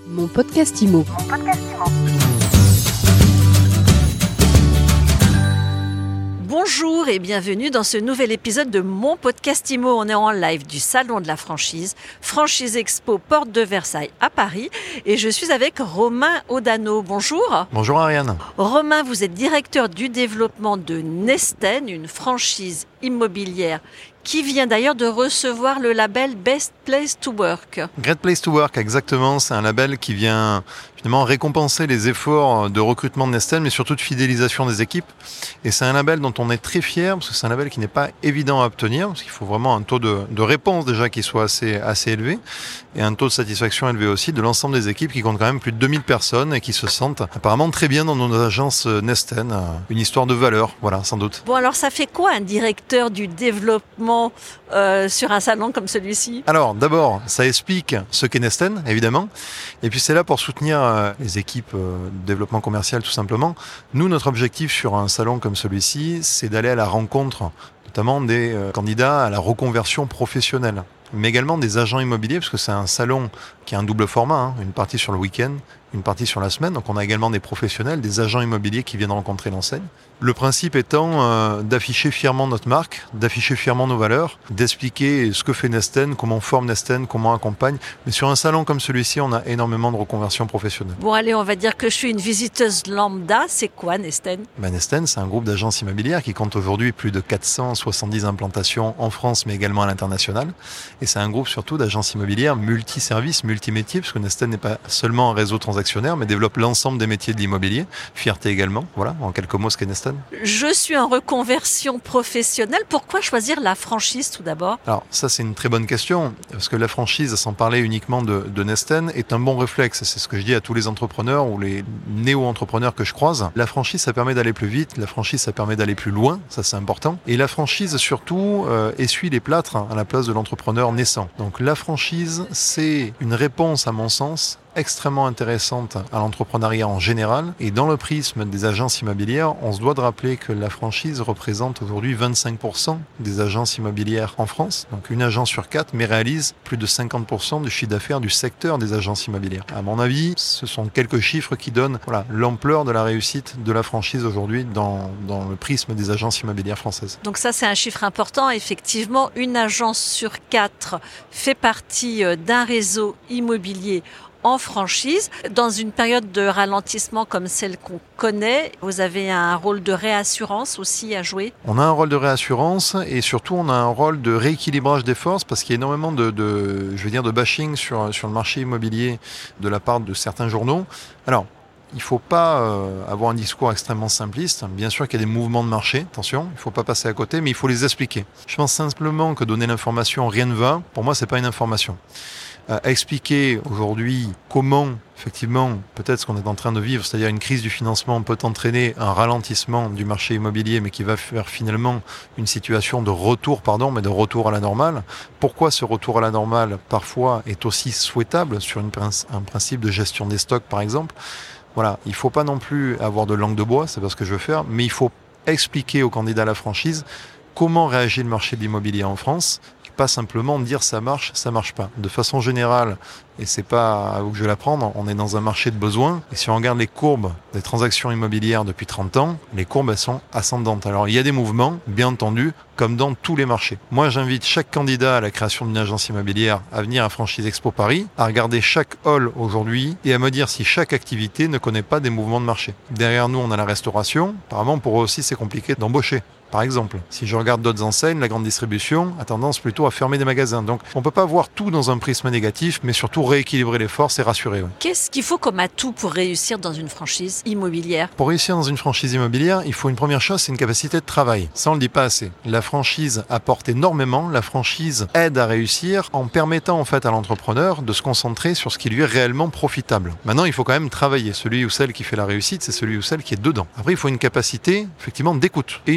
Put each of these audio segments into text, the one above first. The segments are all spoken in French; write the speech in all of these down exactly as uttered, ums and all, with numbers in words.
Mon podcast Imo. Mon podcast Imo. Bonjour et bienvenue dans ce nouvel épisode de mon podcast Imo. On est en live du Salon de la franchise, Franchise Expo Porte de Versailles à Paris. Et je suis avec Romain Audano. Bonjour. Bonjour Ariane. Romain, vous êtes directeur du développement de Nesten, une franchise immobilière qui vient d'ailleurs de recevoir le label Best Place to Work. Great Place to Work, exactement. C'est un label qui vient finalement récompenser les efforts de recrutement de Nesten, mais surtout de fidélisation des équipes. Et c'est un label dont on est très fier, parce que c'est un label qui n'est pas évident à obtenir, parce qu'il faut vraiment un taux de, de réponse déjà qui soit assez, assez élevé, et un taux de satisfaction élevé aussi de l'ensemble des équipes qui comptent quand même plus de deux mille personnes et qui se sentent apparemment très bien dans nos agences Nesten. Une histoire de valeur, voilà, sans doute. Bon, alors ça fait quoi un directeur du développement Euh, sur un salon comme celui-ci? Alors d'abord, ça explique ce qu'est Nesten, évidemment, et puis c'est là pour soutenir euh, les équipes euh, de développement commercial tout simplement. Nous, notre objectif sur un salon comme celui-ci, c'est d'aller à la rencontre notamment des euh, candidats à la reconversion professionnelle, mais également des agents immobiliers, parce que c'est un salon qui a un double format, hein, une partie sur le week-end, une partie sur la semaine. Donc on a également des professionnels, des agents immobiliers qui viennent rencontrer l'enseigne. Le principe étant euh, d'afficher fièrement notre marque, d'afficher fièrement nos valeurs, d'expliquer ce que fait Nesten, comment forme Nesten, comment on accompagne. Mais sur un salon comme celui-ci, on a énormément de reconversion professionnelle. Bon allez, on va dire que je suis une visiteuse lambda. C'est quoi Nesten? Ben, Nesten, c'est un groupe d'agences immobilières qui compte aujourd'hui plus de quatre cent soixante-dix implantations en France, mais également à l'international. Et c'est un groupe surtout d'agences immobilières multi-services, multi-métiers, parce que Nesten n'est pas seulement un réseau transactionnaire, mais développe l'ensemble des métiers de l'immobilier. Fierté également. Voilà, en quelques mots, ce qu'est Nesten. Je suis en reconversion professionnelle. Pourquoi choisir la franchise tout d'abord? Alors ça, c'est une très bonne question, parce que la franchise, sans parler uniquement de, de Nesten, est un bon réflexe. C'est ce que je dis à tous les entrepreneurs ou les néo-entrepreneurs que je croise. La franchise, ça permet d'aller plus vite. La franchise, ça permet d'aller plus loin. Ça, c'est important. Et la franchise, surtout, euh, essuie les plâtres à la place de l'entrepreneur naissant. Donc la franchise, c'est une réponse, à mon sens, extrêmement intéressante à l'entrepreneuriat en général. Et dans le prisme des agences immobilières, on se doit de rappeler que la franchise représente aujourd'hui vingt-cinq pour cent des agences immobilières en France. Donc une agence sur quatre, mais réalise plus de cinquante pour cent du chiffre d'affaires du secteur des agences immobilières. À mon avis, ce sont quelques chiffres qui donnent voilà, l'ampleur de la réussite de la franchise aujourd'hui dans, dans le prisme des agences immobilières françaises. Donc ça, c'est un chiffre important. Effectivement, une agence sur quatre fait partie d'un réseau immobilier en franchise. Dans une période de ralentissement comme celle qu'on connaît, vous avez un rôle de réassurance aussi à jouer? On a un rôle de réassurance et surtout on a un rôle de rééquilibrage des forces parce qu'il y a énormément de, de, je veux dire, de bashing sur, sur le marché immobilier de la part de certains journaux. Alors, il ne faut pas euh, avoir un discours extrêmement simpliste. Bien sûr qu'il y a des mouvements de marché, attention, il ne faut pas passer à côté, mais il faut les expliquer. Je pense simplement que donner l'information, rien ne va. Pour moi, ce n'est pas une information. Euh, expliquer aujourd'hui comment, effectivement, peut-être ce qu'on est en train de vivre, c'est-à-dire une crise du financement peut entraîner un ralentissement du marché immobilier, mais qui va faire finalement une situation de retour, pardon, mais de retour à la normale. Pourquoi ce retour à la normale, parfois, est aussi souhaitable sur une, un principe de gestion des stocks, par exemple. Voilà, il ne faut pas non plus avoir de langue de bois, c'est pas ce que je veux faire, mais il faut expliquer aux candidats à la franchise comment réagit le marché de l'immobilier en France, et pas simplement dire ça marche, ça marche pas. De façon générale, et c'est pas à vous que je vais l'apprendre, on est dans un marché de besoins, et si on regarde les courbes des transactions immobilières depuis trente ans, les courbes elles sont ascendantes. Alors il y a des mouvements, bien entendu, comme dans tous les marchés. Moi j'invite chaque candidat à la création d'une agence immobilière à venir à Franchise Expo Paris, à regarder chaque hall aujourd'hui, et à me dire si chaque activité ne connaît pas des mouvements de marché. Derrière nous on a la restauration, apparemment pour eux aussi c'est compliqué d'embaucher. Par exemple, si je regarde d'autres enseignes, la grande distribution a tendance plutôt à fermer des magasins. Donc on ne peut pas voir tout dans un prisme négatif, mais surtout rééquilibrer les forces et rassurer. Ouais. Qu'est-ce qu'il faut comme atout pour réussir dans une franchise immobilière? Pour réussir dans une franchise immobilière, il faut une première chose, c'est une capacité de travail. Ça, on ne le dit pas assez. La franchise apporte énormément. La franchise aide à réussir en permettant en fait à l'entrepreneur de se concentrer sur ce qui lui est réellement profitable. Maintenant, il faut quand même travailler. Celui ou celle qui fait la réussite, c'est celui ou celle qui est dedans. Après, il faut une capacité, effectivement, d'écoute et une certaine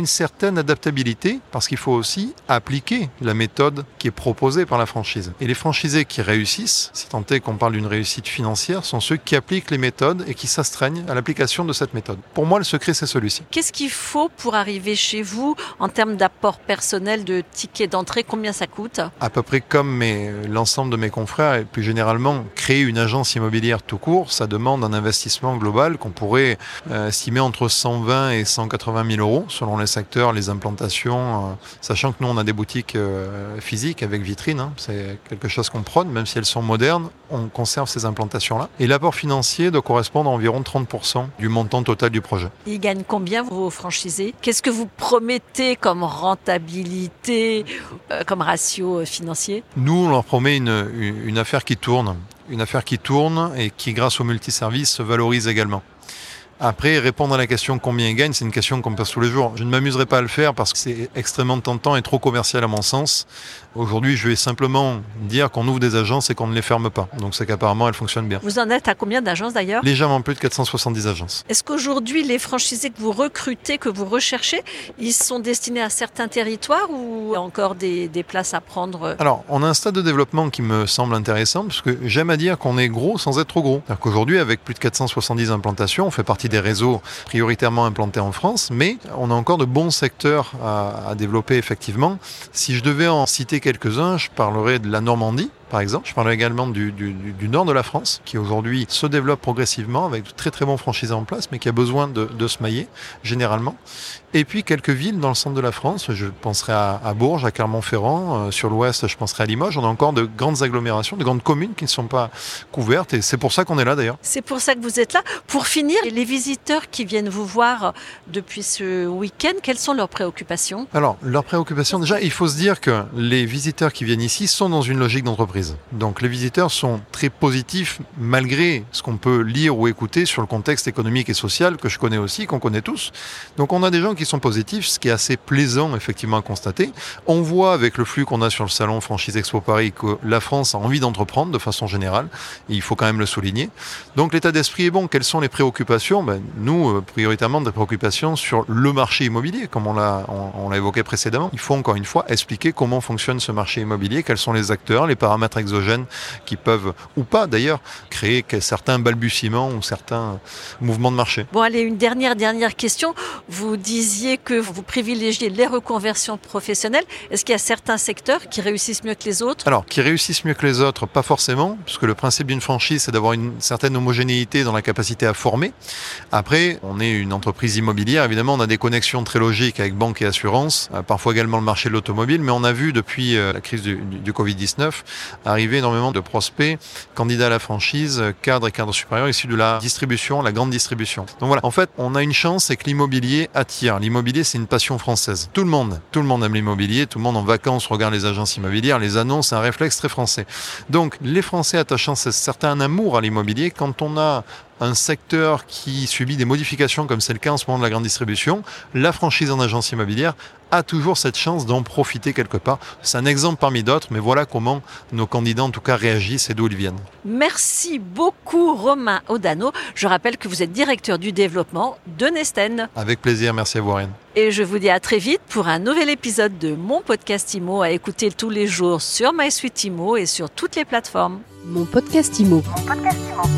certaine adaptabilité parce qu'il faut aussi appliquer la méthode qui est proposée par la franchise. Et les franchisés qui réussissent, si tant est qu'on parle d'une réussite financière, sont ceux qui appliquent les méthodes et qui s'astreignent à l'application de cette méthode. Pour moi, le secret, c'est celui-ci. Qu'est-ce qu'il faut pour arriver chez vous en termes d'apport personnel, de tickets d'entrée? Combien ça coûte? À peu près comme mes, l'ensemble de mes confrères et plus généralement, créer une agence immobilière tout court, ça demande un investissement global qu'on pourrait euh, estimer entre cent vingt et cent quatre-vingt mille euros selon les secteurs, les implantations, euh, sachant que nous on a des boutiques euh, physiques avec vitrines, hein, c'est quelque chose qu'on prône, même si elles sont modernes, on conserve ces implantations-là. Et l'apport financier doit correspondre à environ trente pour cent du montant total du projet. Ils gagnent combien vos franchisés? Qu'est-ce que vous promettez comme rentabilité, euh, comme ratio financier? Nous, on leur promet une, une, une affaire qui tourne, une affaire qui tourne et qui, grâce au multiservice, se valorise également. Après, répondre à la question combien ils gagnent, c'est une question qu'on pose tous les jours. Je ne m'amuserai pas à le faire parce que c'est extrêmement tentant et trop commercial à mon sens. Aujourd'hui, je vais simplement dire qu'on ouvre des agences et qu'on ne les ferme pas. Donc c'est qu'apparemment, elles fonctionnent bien. Vous en êtes à combien d'agences d'ailleurs? Légèrement plus de quatre cent soixante-dix agences. Est-ce qu'aujourd'hui, les franchisés que vous recrutez, que vous recherchez, ils sont destinés à certains territoires ou il y a encore des, des places à prendre? Alors, on a un stade de développement qui me semble intéressant parce que j'aime à dire qu'on est gros sans être trop gros. C'est-à-dire qu'aujourd'hui, avec plus de quatre cent soixante-dix implantations, on fait partie des réseaux prioritairement implantés en France, mais on a encore de bons secteurs à, à développer effectivement. Si je devais en citer quelques-uns, je parlerai de la Normandie, par exemple. Je parlerai également du, du, du nord de la France, qui aujourd'hui se développe progressivement avec de très très bons franchisés en place, mais qui a besoin de, de se mailler, généralement. Et puis quelques villes dans le centre de la France, je penserai à, à Bourges, à Clermont-Ferrand, euh, sur l'ouest, je penserai à Limoges. On a encore de grandes agglomérations, de grandes communes qui ne sont pas couvertes, et c'est pour ça qu'on est là d'ailleurs. C'est pour ça que vous êtes là. Pour finir, les visiteurs qui viennent vous voir depuis ce week-end, quelles sont leurs préoccupations? Alors, leurs préoccupations, déjà, il faut se dire que les visiteurs qui viennent ici sont dans une logique d'entreprise. Donc les visiteurs sont très positifs malgré ce qu'on peut lire ou écouter sur le contexte économique et social que je connais aussi, qu'on connaît tous. Donc on a des gens qui sont positifs, ce qui est assez plaisant effectivement à constater. On voit avec le flux qu'on a sur le salon Franchise Expo Paris que la France a envie d'entreprendre de façon générale, et il faut quand même le souligner. Donc l'état d'esprit est bon. Quelles sont les préoccupations? Ben, nous, euh, prioritairement des préoccupations sur le marché immobilier, comme on l'a, on, on l'a évoqué précédemment. Il faut encore une fois expliquer comment fonctionne ce marché immobilier, quels sont les acteurs, les paramètres exogènes qui peuvent, ou pas d'ailleurs, créer certains balbutiements ou certains mouvements de marché. Bon, allez, une dernière, dernière question. Vous disiez que vous privilégiez les reconversions professionnelles. Est-ce qu'il y a certains secteurs qui réussissent mieux que les autres? Alors, qui réussissent mieux que les autres, pas forcément, puisque le principe d'une franchise, c'est d'avoir une certaine homogénéité dans la capacité à former. Après, on est une entreprise immobilière, évidemment, on a des connexions très logiques avec banque et assurance, parfois également le marché de l'automobile, mais on a vu depuis la crise du, du covid dix-neuf arriver énormément de prospects, candidats à la franchise, cadres et cadres supérieurs issus de la distribution, la grande distribution. Donc voilà, en fait, on a une chance, c'est que l'immobilier attire. L'immobilier, c'est une passion française. Tout le monde, tout le monde aime l'immobilier, tout le monde en vacances regarde les agences immobilières, les annonces, c'est un réflexe très français. Donc, les Français attachant un certain amour à l'immobilier, quand on a un secteur qui subit des modifications, comme c'est le cas en ce moment de la grande distribution, la franchise en agence immobilière a toujours cette chance d'en profiter quelque part. C'est un exemple parmi d'autres, mais voilà comment nos candidats en tout cas réagissent et d'où ils viennent. Merci beaucoup Romain Audano. Je rappelle que vous êtes directeur du développement de Nesten. Avec plaisir, merci à vous Ariane. Et je vous dis à très vite pour un nouvel épisode de mon podcast Imo à écouter tous les jours sur MySuite Imo et sur toutes les plateformes. Mon podcast Imo. Mon podcast Imo.